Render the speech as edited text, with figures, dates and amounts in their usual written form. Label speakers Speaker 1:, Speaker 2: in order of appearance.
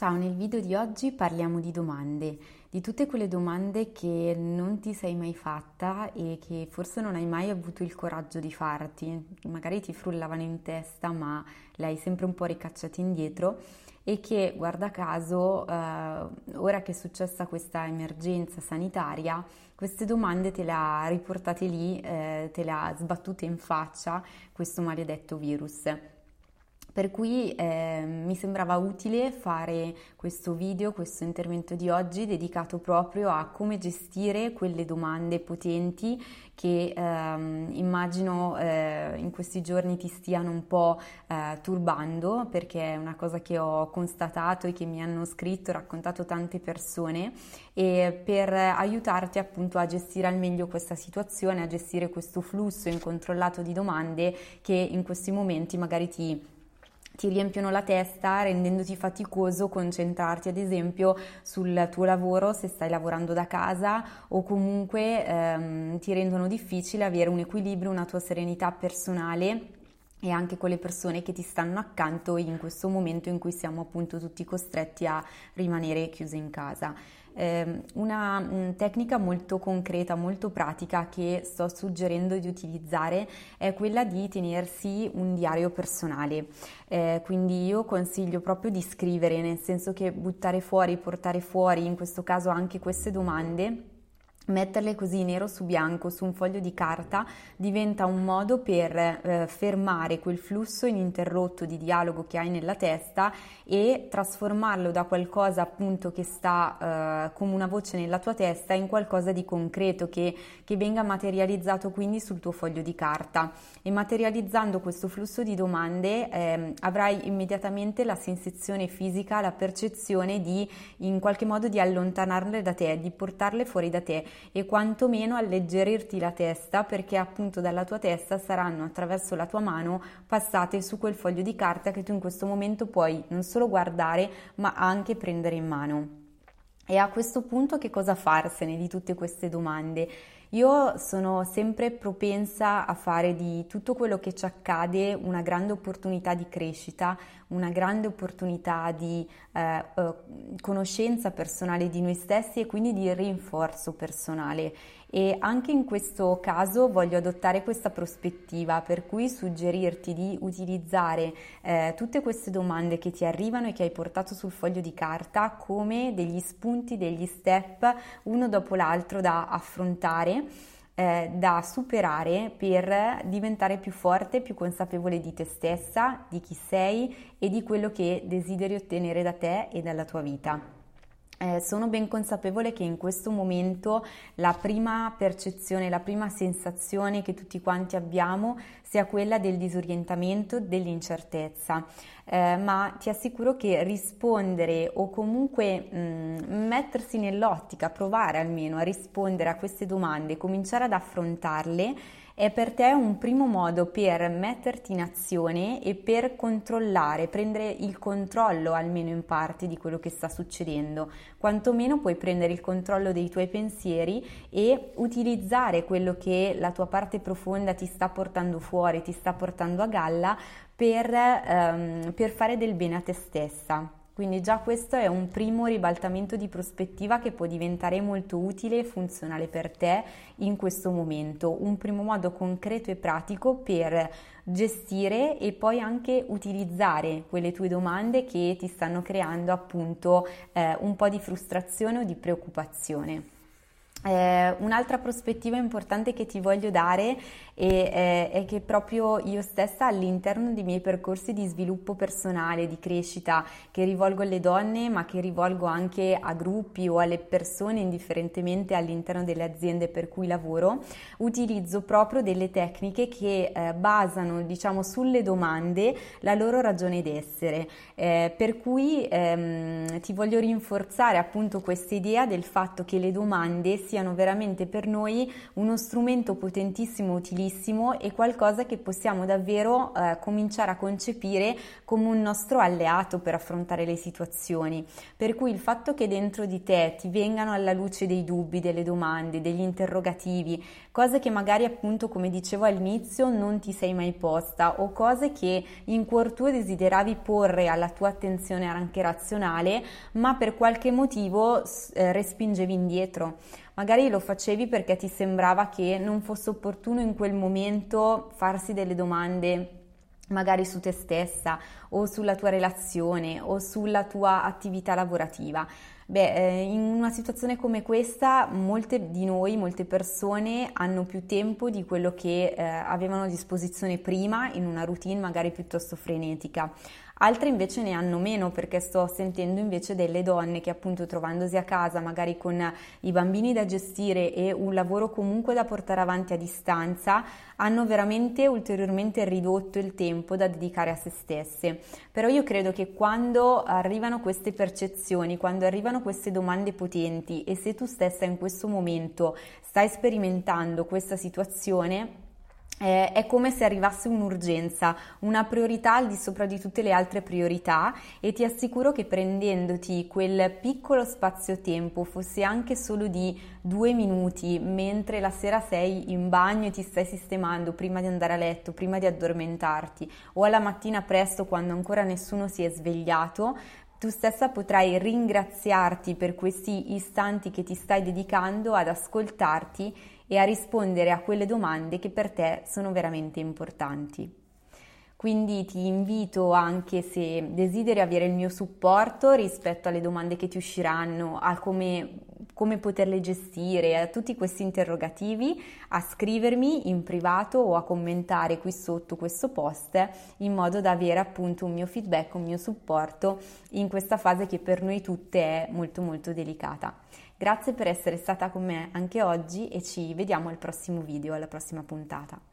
Speaker 1: Ciao, nel video di oggi parliamo di domande, di tutte quelle domande che non ti sei mai fatta e che forse non hai mai avuto il coraggio di farti. Magari ti frullavano in testa, ma le hai sempre un po' ricacciate indietro e che, guarda caso, ora che è successa questa emergenza sanitaria, queste domande te le ha riportate lì, te le ha sbattute in faccia questo maledetto virus. Per cui mi sembrava utile fare questo video, questo intervento di oggi dedicato proprio a come gestire quelle domande potenti che immagino in questi giorni ti stiano un po' turbando, perché è una cosa che ho constatato e che mi hanno scritto, raccontato tante persone, e per aiutarti appunto a gestire al meglio questa situazione, a gestire questo flusso incontrollato di domande che in questi momenti magari ti riempiono la testa, rendendoti faticoso concentrarti ad esempio sul tuo lavoro se stai lavorando da casa, o comunque ti rendono difficile avere un equilibrio, una tua serenità personale e anche con le persone che ti stanno accanto in questo momento in cui siamo appunto tutti costretti a rimanere chiusi in casa. Una tecnica molto concreta, molto pratica che sto suggerendo di utilizzare è quella di tenersi un diario personale. Quindi io consiglio proprio di scrivere, nel senso che buttare fuori, portare fuori, in questo caso anche queste domande, metterle così nero su bianco su un foglio di carta diventa un modo per fermare quel flusso ininterrotto di dialogo che hai nella testa e trasformarlo da qualcosa appunto che sta come una voce nella tua testa in qualcosa di concreto che venga materializzato quindi sul tuo foglio di carta. E materializzando questo flusso di domande avrai immediatamente la sensazione fisica, la percezione di in qualche modo di allontanarle da te, di portarle fuori da te e quantomeno alleggerirti la testa, perché appunto dalla tua testa saranno attraverso la tua mano passate su quel foglio di carta che tu in questo momento puoi non solo guardare ma anche prendere in mano. E a questo punto che cosa farsene di tutte queste domande? Io sono sempre propensa a fare di tutto quello che ci accade una grande opportunità di crescita, una grande opportunità di conoscenza personale di noi stessi e quindi di rinforzo personale. E anche in questo caso voglio adottare questa prospettiva, per cui suggerirti di utilizzare tutte queste domande che ti arrivano e che hai portato sul foglio di carta come degli spunti, degli step uno dopo l'altro da affrontare, da superare per diventare più forte, più consapevole di te stessa, di chi sei e di quello che desideri ottenere da te e dalla tua vita. Sono ben consapevole che in questo momento la prima percezione, la prima sensazione che tutti quanti abbiamo sia quella del disorientamento, dell'incertezza, ma ti assicuro che rispondere o comunque mettersi nell'ottica, provare almeno a rispondere a queste domande, cominciare ad affrontarle, è per te un primo modo per metterti in azione e per controllare, prendere il controllo almeno in parte di quello che sta succedendo. Quantomeno puoi prendere il controllo dei tuoi pensieri e utilizzare quello che la tua parte profonda ti sta portando fuori, ti sta portando a galla per fare del bene a te stessa. Quindi già questo è un primo ribaltamento di prospettiva che può diventare molto utile e funzionale per te in questo momento, un primo modo concreto e pratico per gestire e poi anche utilizzare quelle tue domande che ti stanno creando appunto un po' di frustrazione o di preoccupazione. Un'altra prospettiva importante che ti voglio dare è che proprio io stessa all'interno dei miei percorsi di sviluppo personale, di crescita che rivolgo alle donne ma che rivolgo anche a gruppi o alle persone indifferentemente all'interno delle aziende per cui lavoro, utilizzo proprio delle tecniche che basano diciamo sulle domande la loro ragione d'essere, per cui ti voglio rinforzare appunto questa idea del fatto che le domande siano veramente per noi uno strumento potentissimo, utilissimo e qualcosa che possiamo davvero cominciare a concepire come un nostro alleato per affrontare le situazioni. Per cui il fatto che dentro di te ti vengano alla luce dei dubbi, delle domande, degli interrogativi, cose che magari appunto, come dicevo all'inizio, non ti sei mai posta o cose che in cuor tuo desideravi porre alla tua attenzione anche razionale, ma per qualche motivo respingevi indietro. Magari lo facevi perché ti sembrava che non fosse opportuno in quel momento farsi delle domande magari su te stessa o sulla tua relazione o sulla tua attività lavorativa. In una situazione come questa, molte di noi, molte persone hanno più tempo di quello che avevano a disposizione prima in una routine magari piuttosto frenetica. Altre invece ne hanno meno, perché sto sentendo invece delle donne che appunto trovandosi a casa magari con i bambini da gestire e un lavoro comunque da portare avanti a distanza hanno veramente ulteriormente ridotto il tempo da dedicare a se stesse. Però io credo che quando arrivano queste percezioni, quando arrivano queste domande potenti e se tu stessa in questo momento stai sperimentando questa situazione, è come se arrivasse un'urgenza, una priorità al di sopra di tutte le altre priorità, e ti assicuro che prendendoti quel piccolo spazio-tempo, fosse anche solo di 2 minuti, mentre la sera sei in bagno e ti stai sistemando prima di andare a letto, prima di addormentarti, o alla mattina presto quando ancora nessuno si è svegliato, tu stessa potrai ringraziarti per questi istanti che ti stai dedicando ad ascoltarti e a rispondere a quelle domande che per te sono veramente importanti. Quindi ti invito, anche se desideri avere il mio supporto rispetto alle domande che ti usciranno, a come poterle gestire, a tutti questi interrogativi, a scrivermi in privato o a commentare qui sotto questo post, in modo da avere appunto un mio feedback, un mio supporto in questa fase che per noi tutte è molto molto delicata. Grazie per essere stata con me anche oggi e ci vediamo al prossimo video, alla prossima puntata.